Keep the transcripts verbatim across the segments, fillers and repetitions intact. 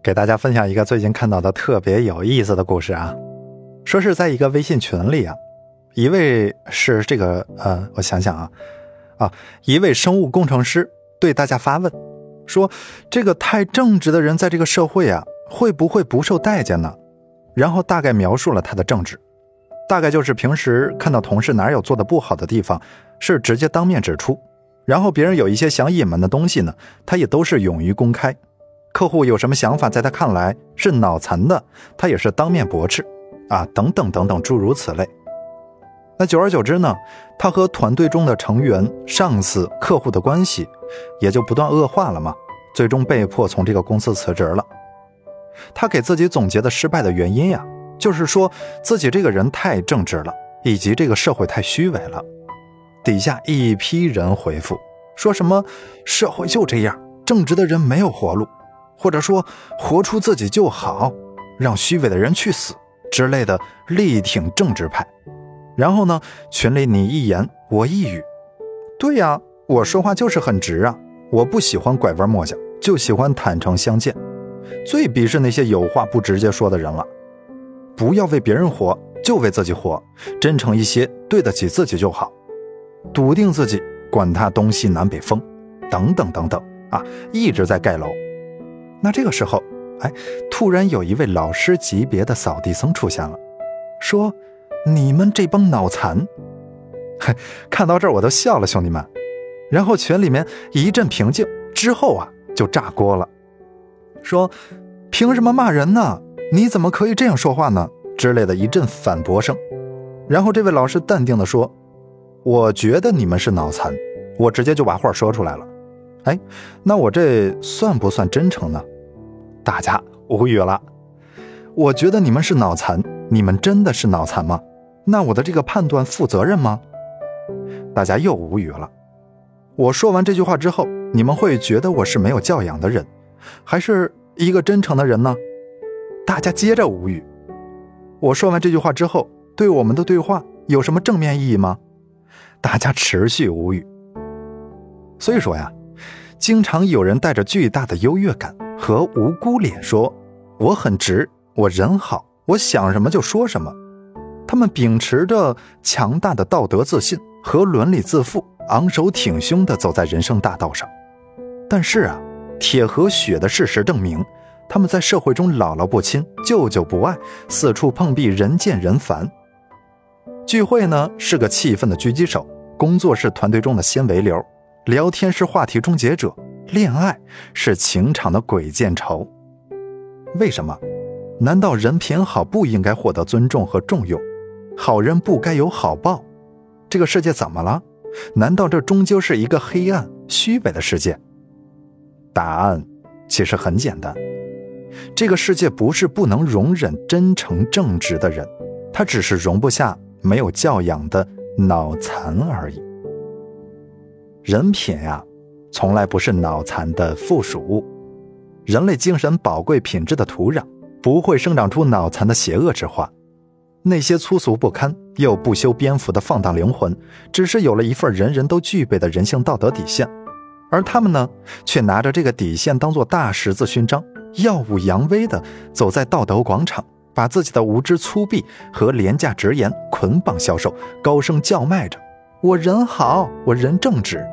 给大家分享一个最近看到的特别有意思的故事啊。说是在一个微信群里啊，一位是这个呃，我想想啊啊，一位生物工程师对大家发问，说这个太正直的人在这个社会啊，会不会不受待见呢？然后大概描述了他的正直，大概就是平时看到同事哪有做的不好的地方，是直接当面指出，然后别人有一些想隐瞒的东西呢，他也都是勇于公开。客户有什么想法，在他看来是脑残的，他也是当面驳斥啊，等等等等，诸如此类。那久而久之呢，他和团队中的成员、上司、客户的关系也就不断恶化了嘛，最终被迫从这个公司辞职了。他给自己总结的失败的原因呀，就是说自己这个人太正直了，以及这个社会太虚伪了。底下一批人回复说什么社会就这样，正直的人没有活路，或者说活出自己就好，让虚伪的人去死之类的，力挺正直派。然后呢，群里你一言我一语，对呀，我说话就是很直啊，我不喜欢拐弯抹角，就喜欢坦诚相见。最鄙视那些有话不直接说的人了，不要为别人活，就为自己活，真诚一些，对得起自己就好，笃定自己，管他东西南北风，等等等等啊，一直在盖楼。那这个时候，哎，突然有一位老师级别的扫地僧出现了，说你们这帮脑残。嘿，看到这儿我都笑了，兄弟们。然后群里面一阵平静，之后啊就炸锅了，说凭什么骂人呢？你怎么可以这样说话呢？之类的一阵反驳声。然后这位老师淡定地说，我觉得你们是脑残，我直接就把话说出来了。哎，那我这算不算真诚呢？大家无语了。我觉得你们是脑残，你们真的是脑残吗？那我的这个判断负责任吗？大家又无语了。我说完这句话之后，你们会觉得我是没有教养的人，还是一个真诚的人呢？大家接着无语。我说完这句话之后，对我们的对话有什么正面意义吗？大家持续无语。所以说呀，经常有人带着巨大的优越感和无辜脸说我很直，我人好，我想什么就说什么。他们秉持着强大的道德自信和伦理自负，昂首挺胸地走在人生大道上。但是啊，铁和血的事实证明，他们在社会中姥姥不亲，舅舅不爱，四处碰壁，人见人烦。聚会呢是个气氛的狙击手，工作是团队中的纤维流，聊天是话题终结者，恋爱是情场的鬼见愁。为什么？难道人品好不应该获得尊重和重用？好人不该有好报？这个世界怎么了？难道这终究是一个黑暗虚伪的世界？答案其实很简单，这个世界不是不能容忍真诚正直的人，它只是容不下没有教养的脑残而已。人品呀，从来不是脑残的附属物，人类精神宝贵品质的土壤不会生长出脑残的邪恶之花。那些粗俗不堪又不修边幅的放荡灵魂，只是有了一份人人都具备的人性道德底线，而他们呢，却拿着这个底线当作大十字勋章，耀武扬威地走在道德广场，把自己的无知粗鄙和廉价直言捆绑销售，高声叫卖着我人好，我人正直。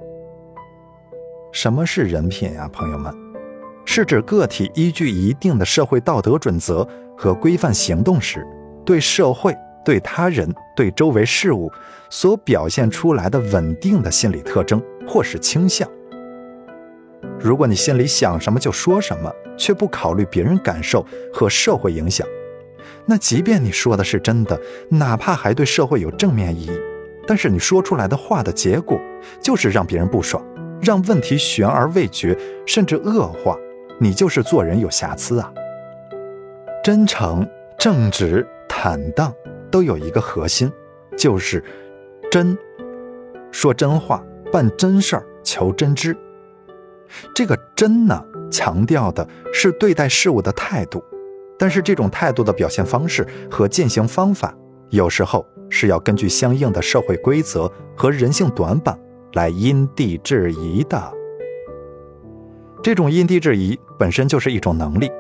什么是人品呀，朋友们？是指个体依据一定的社会道德准则和规范行动时，对社会、对他人、对周围事物所表现出来的稳定的心理特征或是倾向。如果你心里想什么就说什么，却不考虑别人感受和社会影响，那即便你说的是真的，哪怕还对社会有正面意义，但是你说出来的话的结果就是让别人不爽，让问题悬而未决，甚至恶化，你就是做人有瑕疵啊。真诚、正直、坦荡都有一个核心，就是真，说真话，办真事儿，求真知。这个真呢，强调的是对待事物的态度，但是这种态度的表现方式和进行方法，有时候是要根据相应的社会规则和人性短板来因地制宜的。这种因地制宜本身就是一种能力，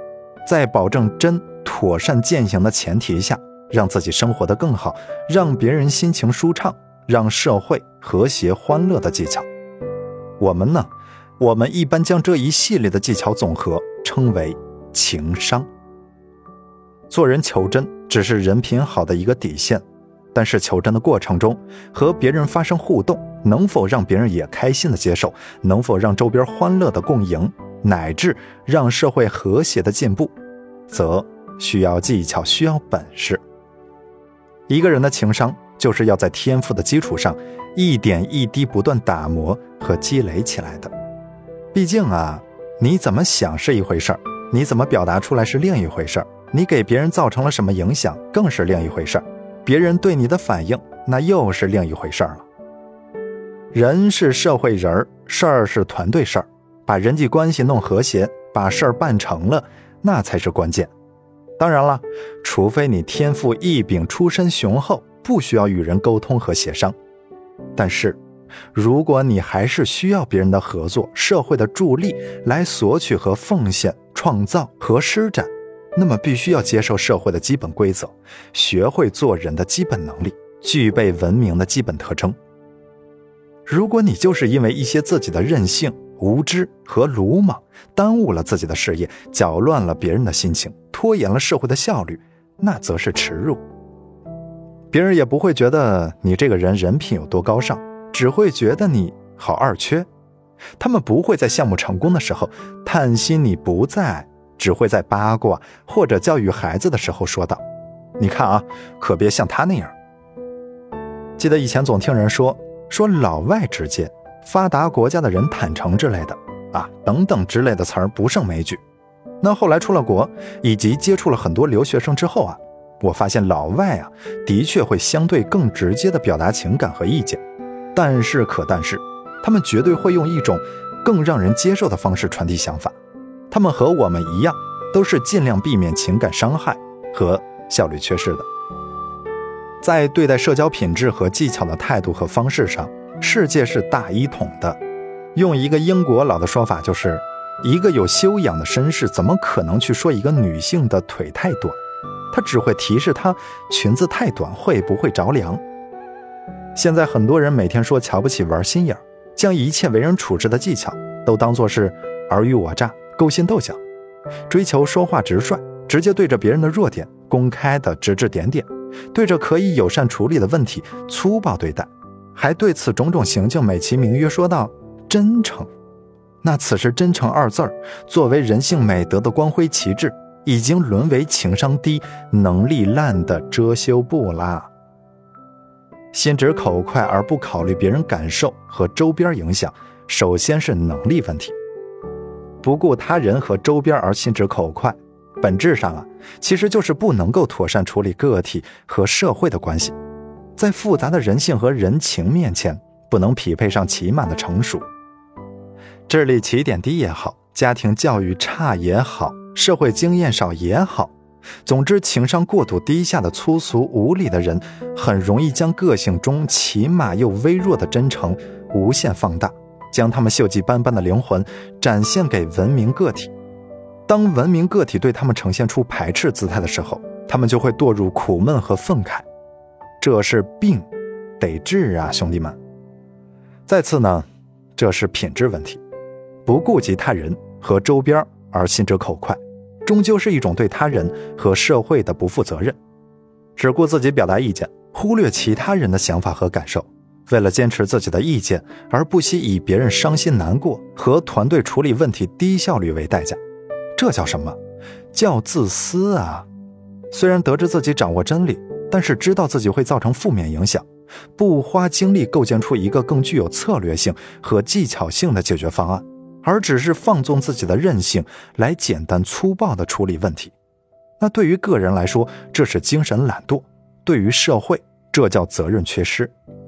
在保证真妥善践行的前提下，让自己生活得更好，让别人心情舒畅，让社会和谐欢乐的技巧。我们呢，我们一般将这一系列的技巧总和称为情商。做人求真只是人品好的一个底线，但是求真的过程中，和别人发生互动，能否让别人也开心的接受，能否让周边欢乐的共赢，乃至让社会和谐的进步，则需要技巧，需要本事。一个人的情商就是要在天赋的基础上一点一滴不断打磨和积累起来的。毕竟啊，你怎么想是一回事儿，你怎么表达出来是另一回事儿，你给别人造成了什么影响更是另一回事儿，别人对你的反应那又是另一回事儿了。人是社会人，事儿是团队事儿，把人际关系弄和谐，把事儿办成了，那才是关键。当然了，除非你天赋异禀，出身雄厚，不需要与人沟通和协商。但是如果你还是需要别人的合作，社会的助力来索取和奉献，创造和施展，那么必须要接受社会的基本规则，学会做人的基本能力，具备文明的基本特征。如果你就是因为一些自己的任性、无知和鲁莽，耽误了自己的事业，搅乱了别人的心情，拖延了社会的效率，那则是耻辱。别人也不会觉得你这个人人品有多高尚，只会觉得你好二缺。他们不会在项目成功的时候叹息你不在，只会在八卦或者教育孩子的时候说道，你看啊，可别像他那样。记得以前总听人说说老外直接，发达国家的人坦诚之类的啊，等等之类的词儿不胜枚举。那后来出了国，以及接触了很多留学生之后啊，我发现老外啊，的确会相对更直接地表达情感和意见，但是可但是，他们绝对会用一种更让人接受的方式传递想法。他们和我们一样，都是尽量避免情感伤害和效率缺失的。在对待社交品质和技巧的态度和方式上，世界是大一统的。用一个英国佬的说法，就是一个有修养的绅士怎么可能去说一个女性的腿太短，他只会提示她裙子太短会不会着凉。现在很多人每天说瞧不起玩心眼，将一切为人处事的技巧都当作是尔虞我诈、勾心斗角，追求说话直率，直接对着别人的弱点公开的指指点点，对着可以友善处理的问题粗暴对待，还对此种种行径美其名曰说道真诚。那此时真诚二字儿作为人性美德的光辉旗帜，已经沦为情商低、能力烂的遮羞布啦。心直口快而不考虑别人感受和周边影响，首先是能力问题。不顾他人和周边而心直口快，本质上啊，其实就是不能够妥善处理个体和社会的关系，在复杂的人性和人情面前，不能匹配上期满的成熟。智力起点低也好，家庭教育差也好，社会经验少也好，总之情商过度低下的粗俗无礼的人，很容易将个性中起码又微弱的真诚无限放大，将他们锈迹斑斑的灵魂展现给文明个体。当文明个体对他们呈现出排斥姿态的时候，他们就会堕入苦闷和愤慨。这是病，得治啊，兄弟们。再次呢，这是品质问题。不顾及他人和周边而心直口快，终究是一种对他人和社会的不负责任。只顾自己表达意见，忽略其他人的想法和感受，为了坚持自己的意见而不惜以别人伤心难过和团队处理问题低效率为代价，这叫什么？叫自私啊！虽然得知自己掌握真理，但是知道自己会造成负面影响，不花精力构建出一个更具有策略性和技巧性的解决方案，而只是放纵自己的任性来简单粗暴地处理问题，那对于个人来说，这是精神懒惰；对于社会，这叫责任缺失。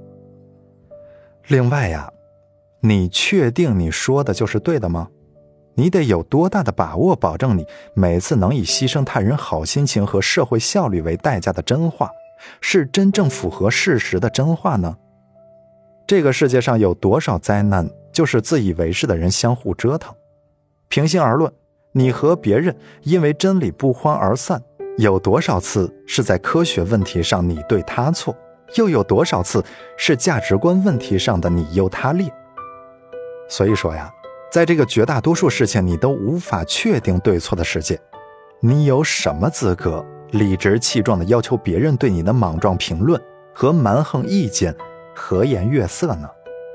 另外呀，你确定你说的就是对的吗？你得有多大的把握保证你每次能以牺牲他人好心情和社会效率为代价的真话，是真正符合事实的真话呢？这个世界上有多少灾难就是自以为是的人相互折腾。平心而论， 你和别人因为真理不欢而散，有多少次是在科学问题上你对他错，又有多少次是价值观问题上的你优他劣？所以说呀，在这个绝大多数事情你都无法确定对错的世界，你有什么资格理直气壮地要求别人对你的莽撞评论和蛮横意见和颜悦色呢？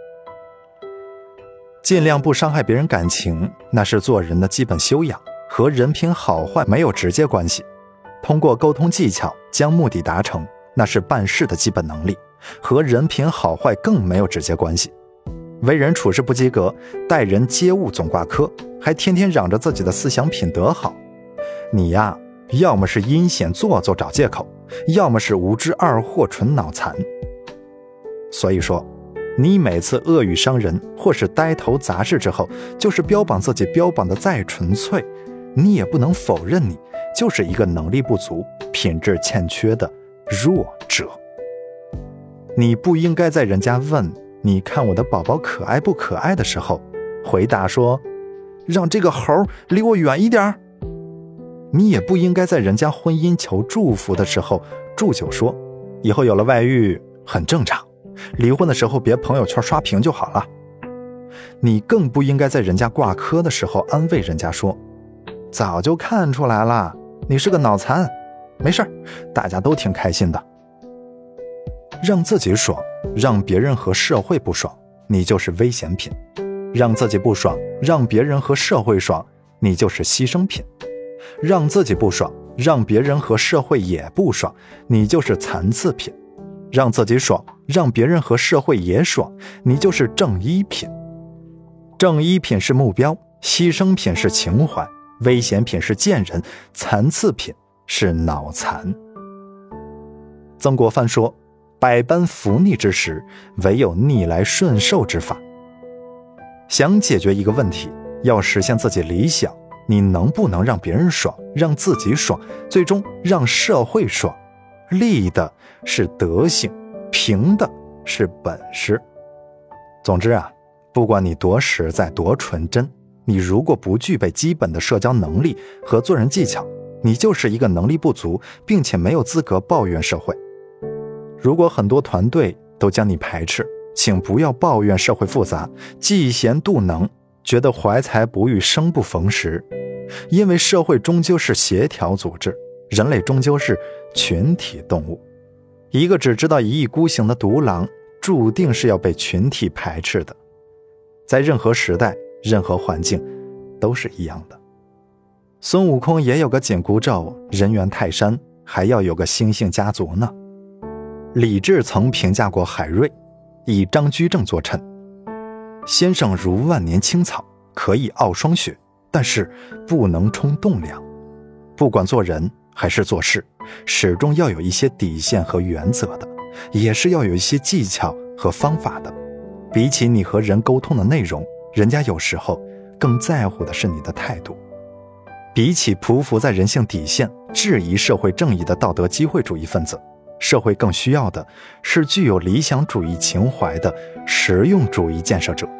尽量不伤害别人感情，那是做人的基本修养，和人品好坏没有直接关系。通过沟通技巧将目的达成，那是办事的基本能力，和人品好坏更没有直接关系。为人处事不及格，待人接物总挂科，还天天嚷着自己的思想品德好，你呀，要么是阴险做作找借口，要么是无知二货纯脑残。所以说，你每次恶语伤人或是呆头杂事之后，就是标榜自己标榜的再纯粹，你也不能否认你就是一个能力不足、品质欠缺的弱者。你不应该在人家问你看我的宝宝可爱不可爱的时候，回答说让这个猴离我远一点。你也不应该在人家婚姻求祝福的时候祝酒说以后有了外遇很正常，离婚的时候别朋友圈刷屏就好了。你更不应该在人家挂科的时候安慰人家说早就看出来了，你是个脑残，没事，大家都挺开心的。让自己爽，让别人和社会不爽，你就是危险品；让自己不爽，让别人和社会爽，你就是牺牲品；让自己不爽，让别人和社会也不爽，你就是残次品；让自己爽，让别人和社会也爽，你就是正一品。正一品是目标，牺牲品是情怀，危险品是贱人，残次品是脑残。曾国藩说，百般伏逆之时，唯有逆来顺受之法。想解决一个问题，要实现自己理想，你能不能让别人爽，让自己爽，最终让社会爽？立的是德行，凭的是本事。总之啊，不管你多实在多纯真，你如果不具备基本的社交能力和做人技巧，你就是一个能力不足并且没有资格抱怨社会。如果很多团队都将你排斥，请不要抱怨社会复杂，嫉贤妒能，觉得怀才不遇生不逢时。因为社会终究是协调组织，人类终究是群体动物。一个只知道一意孤行的独狼，注定是要被群体排斥的。在任何时代，任何环境都是一样的。孙悟空也有个紧箍咒，人猿泰山还要有个猩猩家族呢。李治曾评价过海瑞，以张居正作衬，先生如万年青草，可以傲霜雪，但是不能冲栋梁。不管做人还是做事，始终要有一些底线和原则的，也是要有一些技巧和方法的。比起你和人沟通的内容，人家有时候更在乎的是你的态度。比起匍匐在人性底线，质疑社会正义的道德机会主义分子，社会更需要的是具有理想主义情怀的实用主义建设者。